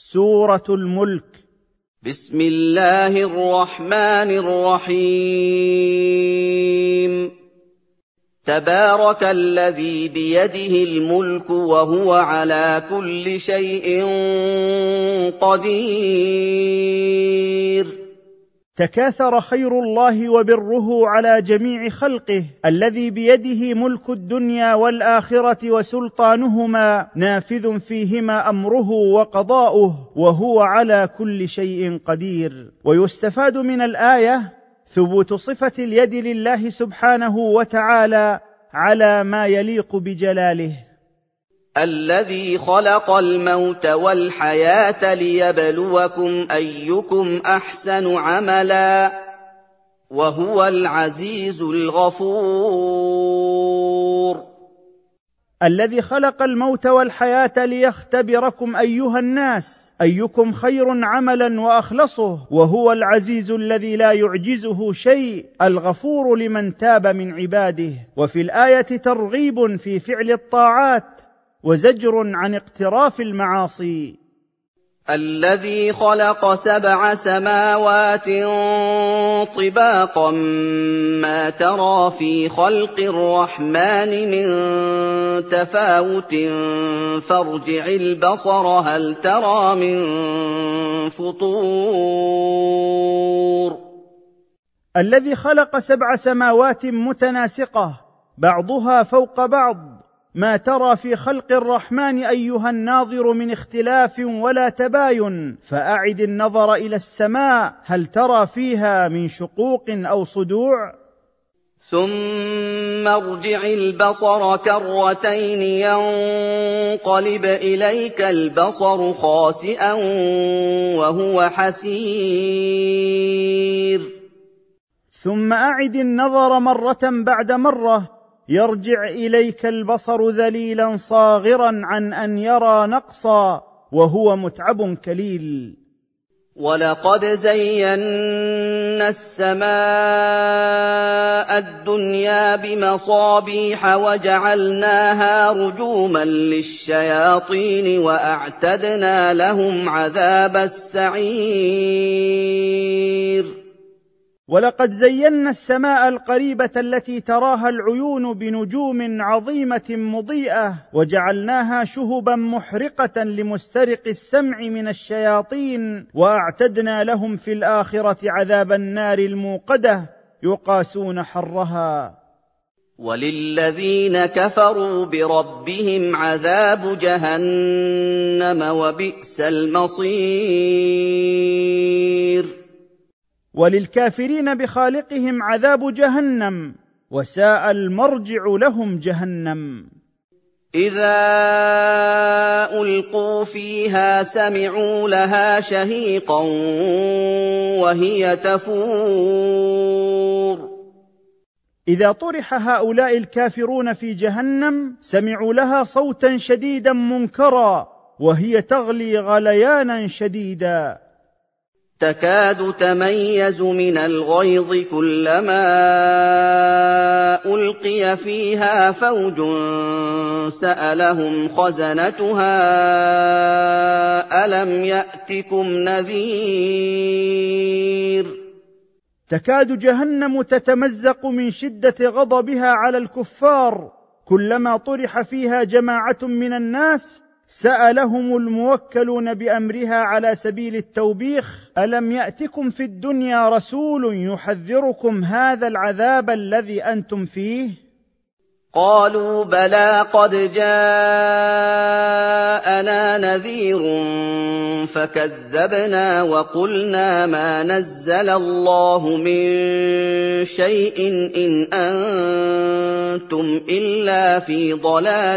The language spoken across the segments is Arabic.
سورة الملك. بسم الله الرحمن الرحيم. تبارك الذي بيده الملك وهو على كل شيء قدير. تكاثر خير الله وبره على جميع خلقه، الذي بيده ملك الدنيا والآخرة وسلطانهما نافذ فيهما أمره وقضاؤه، وهو على كل شيء قدير. ويستفاد من الآية ثبوت صفة اليد لله سبحانه وتعالى على ما يليق بجلاله. الذي خلق الموت والحياة ليبلوكم أيكم أحسن عملا وهو العزيز الغفور. الذي خلق الموت والحياة ليختبركم أيها الناس أيكم خير عملا وأخلصه، وهو العزيز الذي لا يعجزه شيء، الغفور لمن تاب من عباده. وفي الآية ترغيب في فعل الطاعات وزجر عن اقتراف المعاصي. الذي خلق 7 سماوات طباقا ما ترى في خلق الرحمن من تفاوت فارجع البصر هل ترى من فطور. الذي خلق 7 سماوات متناسقة بعضها فوق بعض، ما ترى في خلق الرحمن أيها الناظر من اختلاف ولا تباين، فأعد النظر إلى السماء هل ترى فيها من شقوق أو صدوع. ثم ارجع البصر كرتين ينقلب إليك البصر خاسئا وهو حسير. ثم أعد النظر مرة بعد مرة، يرجع إليك البصر ذليلا صاغرا عن أن يرى نقصا وهو متعب كليل. ولقد زينا السماء الدنيا بمصابيح وجعلناها رجوما للشياطين وأعتدنا لهم عذاب السعير. ولقد زينا السماء القريبة التي تراها العيون بنجوم عظيمة مضيئة، وجعلناها شهبا محرقة لمسترق السمع من الشياطين، وأعتدنا لهم في الآخرة عذاب النار الموقدة يقاسون حرها. وللذين كفروا بربهم عذاب جهنم وبئس المصير. وللكافرين بخالقهم عذاب جهنم، وساء المرجع لهم جهنم. إذا ألقوا فيها سمعوا لها شهيقا وهي تفور. إذا طرح هؤلاء الكافرون في جهنم سمعوا لها صوتا شديدا منكرا وهي تغلي غليانا شديدا. تكاد تميز من الغيظ كلما ألقي فيها فوج سألهم خزنتها ألم يأتكم نذير. تكاد جهنم تتمزق من شدة غضبها على الكفار، كلما طرح فيها جماعة من الناس سألهم الموكلون بأمرها على سبيل التوبيخ ألم يأتكم في الدنيا رسول يحذركم هذا العذاب الذي أنتم فيه؟ قالوا بلى قد جاءنا نذير فكذبنا وقلنا ما نزل الله من شيء إن أنتم إلا في ضلال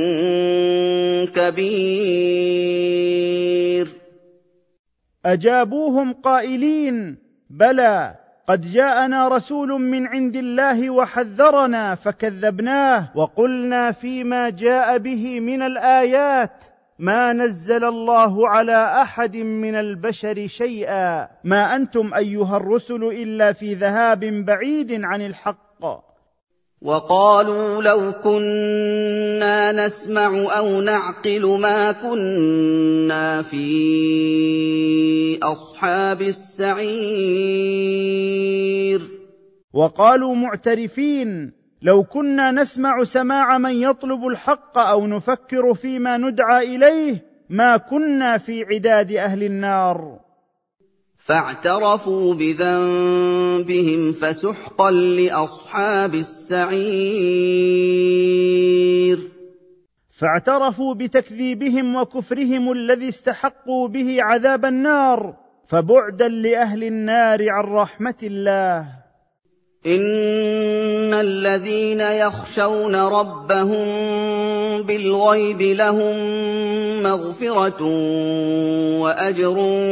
كبير. أجابوهم قائلين بلى قد جاءنا رسول من عند الله وحذرنا فكذبناه وقلنا فيما جاء به من الآيات ما نزل الله على أحد من البشر شيئا، ما أنتم أيها الرسل إلا في ذهاب بعيد عن الحق. وَقَالُوا لَوْ كُنَّا نَسْمَعُ أَوْ نَعْقِلُ مَا كُنَّا فِي أَصْحَابِ السَّعِيرِ. وقالوا معترفين: لو كنا نسمع سماع من يطلب الحق أو نفكر فيما ندعى إليه ما كنا في عداد أهل النار. فاعترفوا بذنبهم فسحقا لأصحاب السعير. فاعترفوا بتكذيبهم وكفرهم الذي استحقوا به عذاب النار، فبعدا لأهل النار عن رحمة الله. إن الذين يخشون ربهم بالغيب لهم مغفرة وأجر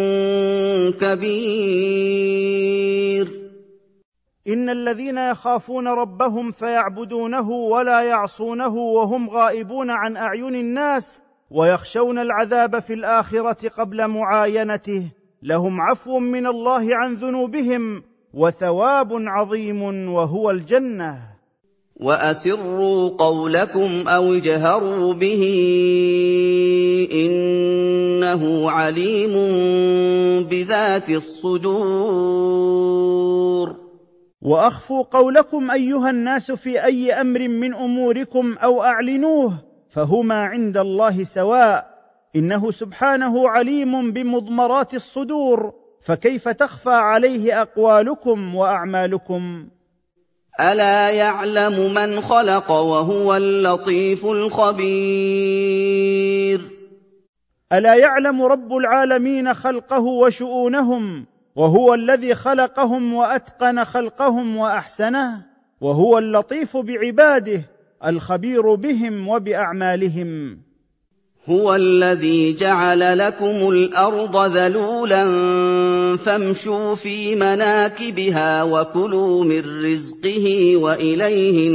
كبير. إن الذين يخافون ربهم فيعبدونه ولا يعصونه وهم غائبون عن أعين الناس ويخشون العذاب في الآخرة قبل معاينته لهم عفو من الله عن ذنوبهم وثواب عظيم وهو الجنة. وأسروا قولكم أو اجهروا به إنه عليم بذات الصدور. وأخفوا قولكم أيها الناس في أي أمر من أموركم أو أعلنوه فهما عند الله سواء، إنه سبحانه عليم بمضمرات الصدور، فكيف تخفى عليه أقوالكم وأعمالكم؟ ألا يعلم من خلق وهو اللطيف الخبير. ألا يعلم رب العالمين خلقه وشؤونهم، وهو الذي خلقهم وأتقن خلقهم وأحسنه، وهو اللطيف بعباده الخبير بهم وبأعمالهم. هو الذي جعل لكم الأرض ذلولا فامشوا في مناكبها وكلوا من رزقه وإليه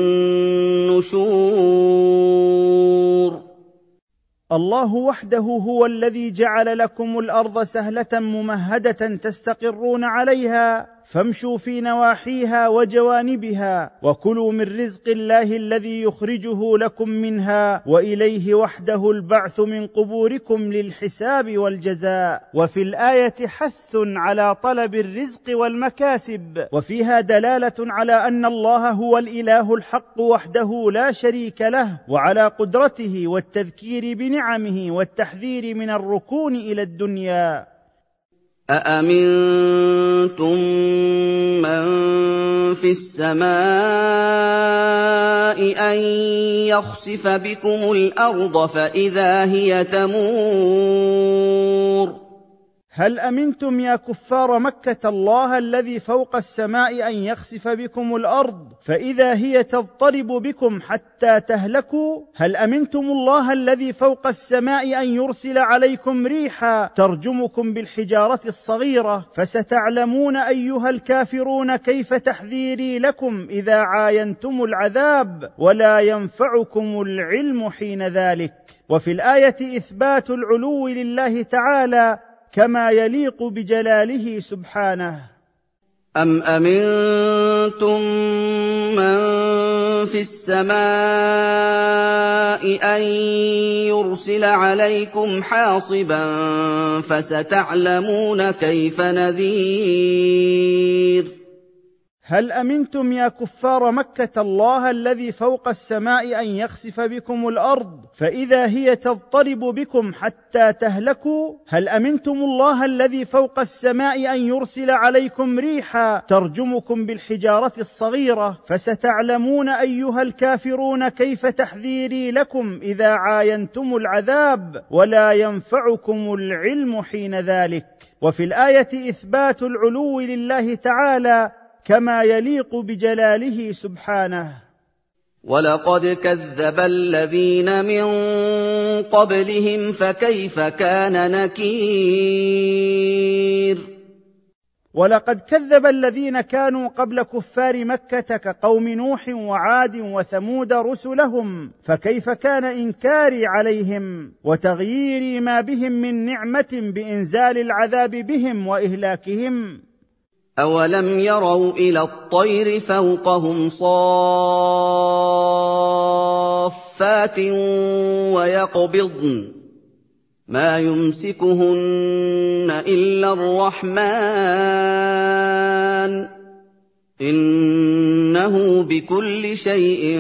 النشور. الله وحده هو الذي جعل لكم الأرض سهلة ممهدة تستقرون عليها، فامشوا في نواحيها وجوانبها وكلوا من رزق الله الذي يخرجه لكم منها، وإليه وحده البعث من قبوركم للحساب والجزاء. وفي الآية حث على طلب الرزق والمكاسب، وفيها دلالة على أن الله هو الإله الحق وحده لا شريك له، وعلى قدرته والتذكير بنعمه والتحذير من الركون إلى الدنيا. أأمنتم من في السماء أن يخسف بكم الأرض فإذا هي تمور. هل أمنتم يا كفار مكة الله الذي فوق السماء أن يخسف بكم الأرض فإذا هي تضطرب بكم حتى تهلكوا؟ هل أمنتم الله الذي فوق السماء أن يرسل عليكم ريحا ترجمكم بالحجارة الصغيرة؟ فستعلمون أيها الكافرون كيف تحذيري لكم إذا عاينتم العذاب، ولا ينفعكم العلم حين ذلك. وفي الآية إثبات العلو لله تعالى كما يليق بجلاله سبحانه. أم أمنتم من في السماء أن يرسل عليكم حاصبا فستعلمون كيف نذير. هل أمنتم يا كفار مكة الله الذي فوق السماء أن يخسف بكم الأرض فإذا هي تضطرب بكم حتى تهلكوا؟ هل أمنتم الله الذي فوق السماء أن يرسل عليكم ريحا ترجمكم بالحجارة الصغيرة؟ فستعلمون أيها الكافرون كيف تحذيري لكم إذا عاينتم العذاب، ولا ينفعكم العلم حين ذلك. وفي الآية إثبات العلو لله تعالى كما يليق بجلاله سبحانه. ولقد كذب الذين من قبلهم فكيف كان نكير. ولقد كذب الذين كانوا قبل كفار مكة كقوم نوح وعاد وثمود رسلهم، فكيف كان إنكاري عليهم وتغيير ما بهم من نعمة بإنزال العذاب بهم وإهلاكهم. أَوَلَمْ يَرَوْا إِلَى الطَّيْرِ فَوْقَهُمْ صَافَّاتٍ وَيَقْبِضْنَ مَا يُمْسِكُهُنَّ إِلَّا الرَّحْمَٰنُ إِنَّهُ بِكُلِّ شَيْءٍ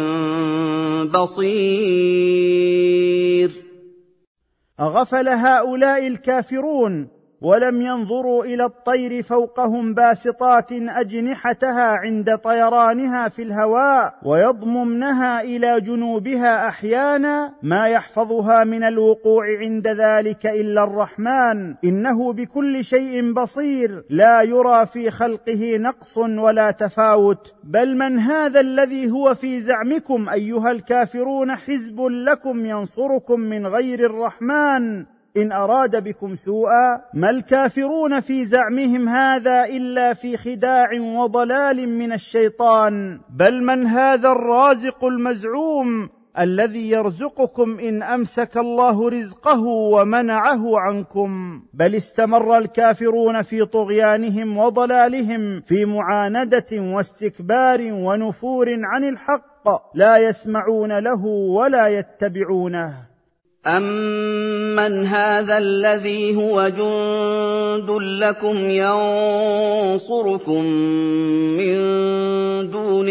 بَصِيرٌ. أغفل هؤلاء الكافرون ولم ينظروا إلى الطير فوقهم باسطات أجنحتها عند طيرانها في الهواء ويضممنها إلى جنوبها أحيانا ما يحفظها من الوقوع عند ذلك إلا الرحمن إنه بكل شيء بصير لا يرى في خلقه نقص ولا تفاوت. بل من هذا الذي هو في زعمكم أيها الكافرون حزب لكم ينصركم من غير الرحمن إن أراد بكم سوءا؟ ما الكافرون في زعمهم هذا إلا في خداع وضلال من الشيطان. بل من هذا الرازق المزعوم الذي يرزقكم إن أمسك الله رزقه ومنعه عنكم؟ بل استمر الكافرون في طغيانهم وضلالهم في معاندة واستكبار ونفور عن الحق لا يسمعون له ولا يتبعونه. أَمَّنْ هَٰذَا الَّذِي هُوَ جُندٌ لَّكُمْ يَنصُرُكُم مِّن دُونِ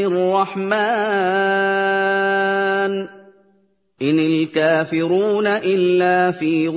الرَّحْمَٰنِ إِنِ الْكَافِرُونَ إِلَّا فِي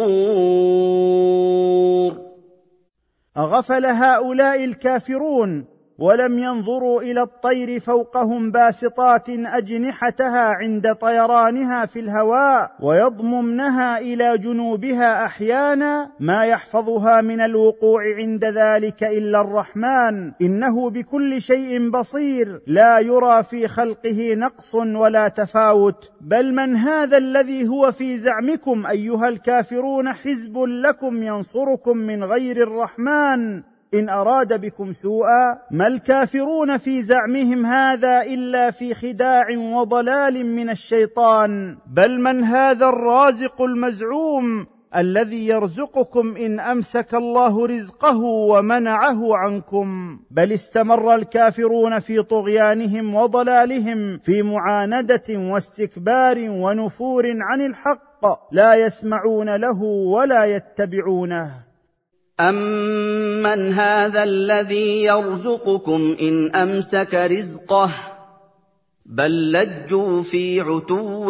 غُرُورٍ. أغفل هؤلاء الكافرون ولم ينظروا إلى الطير فوقهم باسطات أجنحتها عند طيرانها في الهواء ويضممنها إلى جنوبها أحيانا ما يحفظها من الوقوع عند ذلك إلا الرحمن إنه بكل شيء بصير لا يرى في خلقه نقص ولا تفاوت. بل من هذا الذي هو في زعمكم أيها الكافرون حزب لكم ينصركم من غير الرحمن إن أراد بكم سوءا؟ ما الكافرون في زعمهم هذا إلا في خداع وضلال من الشيطان. بل من هذا الرازق المزعوم الذي يرزقكم إن أمسك الله رزقه ومنعه عنكم؟ بل استمر الكافرون في طغيانهم وضلالهم في معاندة واستكبار ونفور عن الحق لا يسمعون له ولا يتبعونه. أَمَّنْ هَٰذَا الَّذِي يَرْزُقُكُمْ إِنْ أَمْسَكَ رِزْقَهُ بَل لَّجُّوا فِي عُتُوٍّ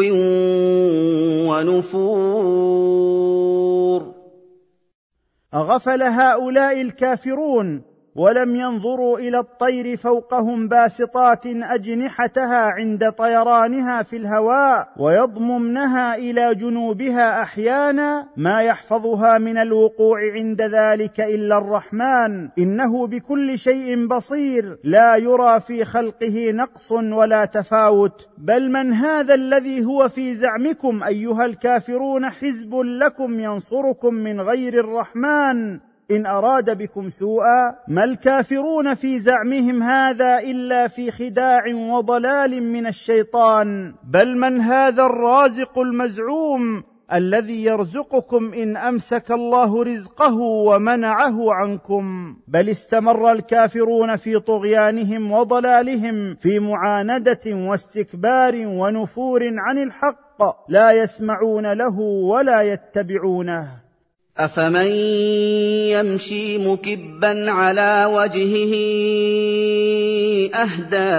وَنُفُورٍ. أغفل هؤلاء الكافرون ولم ينظروا إلى الطير فوقهم باسطات أجنحتها عند طيرانها في الهواء ويضممنها إلى جنوبها أحيانا ما يحفظها من الوقوع عند ذلك إلا الرحمن إنه بكل شيء بصير لا يرى في خلقه نقص ولا تفاوت. بل من هذا الذي هو في زعمكم أيها الكافرون حزب لكم ينصركم من غير الرحمن إن أراد بكم سوءا؟ ما الكافرون في زعمهم هذا إلا في خداع وضلال من الشيطان. بل من هذا الرازق المزعوم الذي يرزقكم إن أمسك الله رزقه ومنعه عنكم؟ بل استمر الكافرون في طغيانهم وضلالهم في معاندة واستكبار ونفور عن الحق لا يسمعون له ولا يتبعونه. أَفَمَن يَمْشِي مُكِبًّا عَلَىٰ وَجْهِهِ أَهْدَىٰ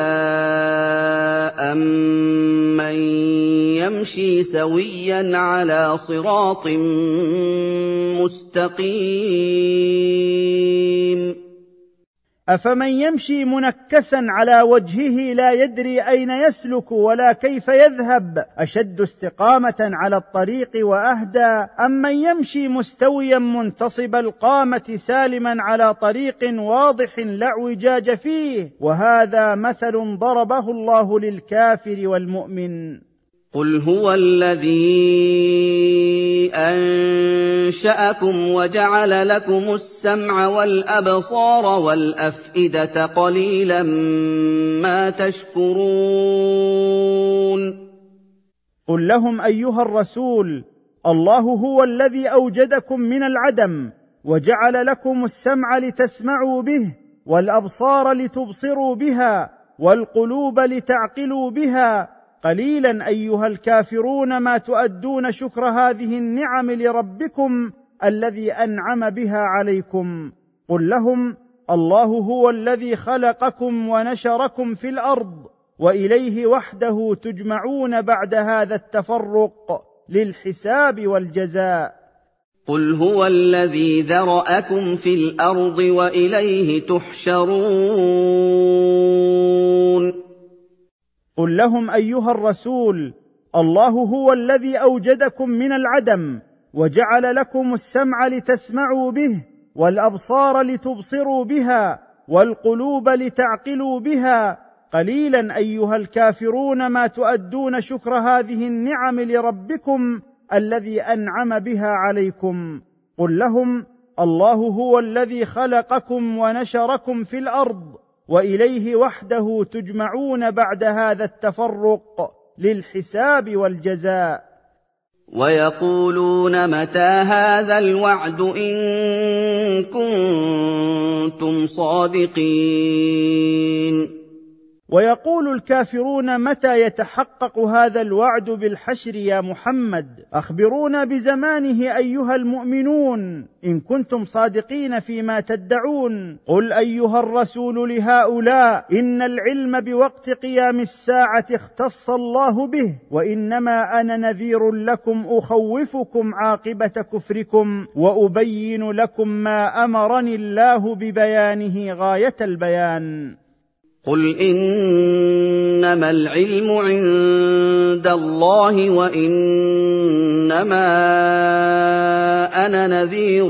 أَمَّن يَمْشِي سَوِيًّا عَلَىٰ صِرَاطٍ مُّسْتَقِيمٍ؟ أفمن يمشي منكسا على وجهه لا يدري أين يسلك ولا كيف يذهب أشد استقامة على الطريق وأهدى أمن يمشي مستويا منتصب القامة سالما على طريق واضح لا اعوجاج فيه؟ وهذا مثل ضربه الله للكافر والمؤمن. قُلْ هُوَ الَّذِي أَنشَأَكُمْ وَجَعَلَ لَكُمُ السَّمْعَ وَالْأَبْصَارَ وَالْأَفْئِدَةَ قَلِيلًا مَّا تَشْكُرُونَ. قل لهم أيها الرسول الله هو الذي أوجدكم من العدم وجعل لكم السمع لتسمعوا به والأبصار لتبصروا بها والقلوب لتعقلوا بها، قليلا أيها الكافرون ما تؤدون شكر هذه النعم لربكم الذي أنعم بها عليكم. قل لهم: الله هو الذي خلقكم ونشركم في الأرض، وإليه وحده تجمعون بعد هذا التفرق للحساب والجزاء. قل هو الذي ذرأكم في الأرض وإليه تحشرون. قل لهم أيها الرسول: الله هو الذي أوجدكم من العدم، وجعل لكم السمع لتسمعوا به، والأبصار لتبصروا بها، والقلوب لتعقلوا بها، قليلا أيها الكافرون ما تؤدون شكر هذه النعم لربكم الذي أنعم بها عليكم. قل لهم: الله هو الذي خلقكم ونشركم في الأرض، وإليه وحده تجمعون بعد هذا التفرق للحساب والجزاء. ويقولون متى هذا الوعد إن كنتم صادقين. ويقول الكافرون: متى يتحقق هذا الوعد بالحشر يا محمد؟ أخبرونا بزمانه أيها المؤمنون إن كنتم صادقين فيما تدعون. قل أيها الرسول لهؤلاء: إن العلم بوقت قيام الساعة اختص الله به، وإنما أنا نذير لكم أخوفكم عاقبة كفركم، وأبين لكم ما أمرني الله ببيانه غاية البيان. قل إنما العلم عند الله وإنما أنا نذير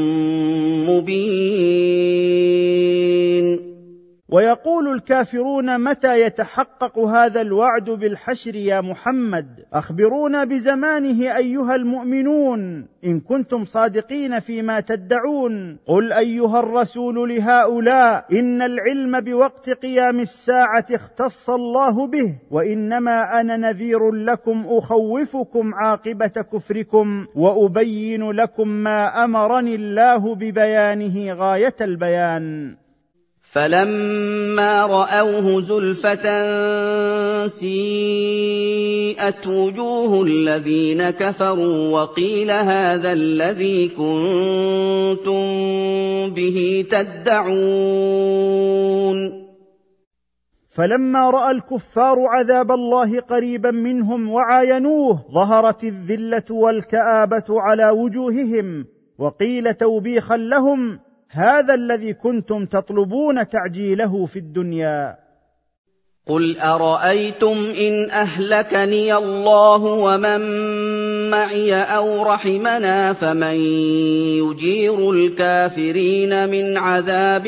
مبين. ويقول الكافرون: متى يتحقق هذا الوعد بالحشر يا محمد؟ أخبرونا بزمانه أيها المؤمنون إن كنتم صادقين فيما تدعون. قل أيها الرسول لهؤلاء: إن العلم بوقت قيام الساعة اختص الله به، وإنما أنا نذير لكم أخوفكم عاقبة كفركم، وأبين لكم ما أمرني الله ببيانه غاية البيان. فَلَمَّا رَأَوْهُ زُلْفَةً سِيئَتْ وُجُوهُ الَّذِينَ كَفَرُوا وَقِيلَ هَٰذَا الَّذِي كُنتُم بِهِ تَدَّعُونَ. فلما رأى الكفار عذاب الله قريبا منهم وعاينوه ظهرت الذلة والكآبة على وجوههم، وقيل توبيخا لهم: هذا الذي كنتم تطلبون تعجيله في الدنيا. قل أرأيتم إن أهلكني الله ومن معي أو رحمنا فمن يجير الكافرين من عذاب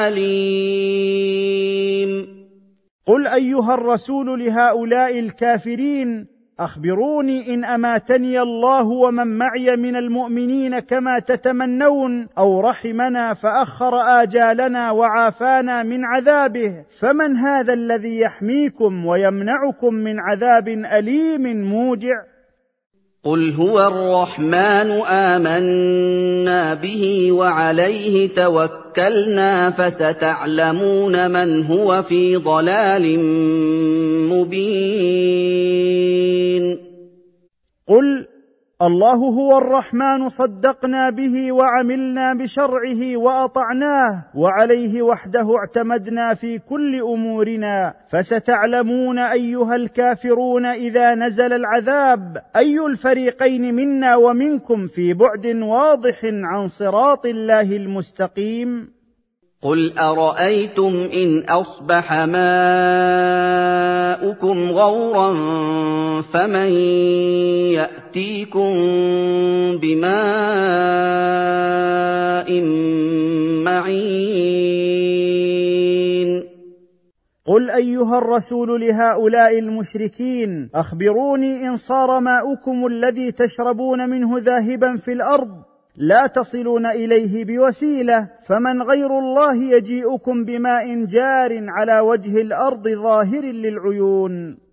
أليم. قل أيها الرسول لهؤلاء الكافرين: أخبروني إن أماتني الله ومن معي من المؤمنين كما تتمنون، أو رحمنا فأخر آجالنا وعافانا من عذابه، فمن هذا الذي يحميكم ويمنعكم من عذاب أليم موجع؟ قل هو الرحمن آمنا به وعليه توكلنا، فستعلمون من هو في ضلال مبين. قل الله هو الرحمن صدقنا به وعملنا بشرعه وأطعناه، وعليه وحده اعتمدنا في كل أمورنا، فستعلمون أيها الكافرون إذا نزل العذاب أي الفريقين منا ومنكم في بعد واضح عن صراط الله المستقيم. قل أرأيتم إن أصبح ماؤكم غورا فمن يأتيكم بماء معين. قل أيها الرسول لهؤلاء المشركين: أخبروني إن صار ماؤكم الذي تشربون منه ذاهبا في الأرض لا تصلون إليه بوسيلة، فمن غير الله يجيئكم بماء جار على وجه الأرض ظاهر للعيون.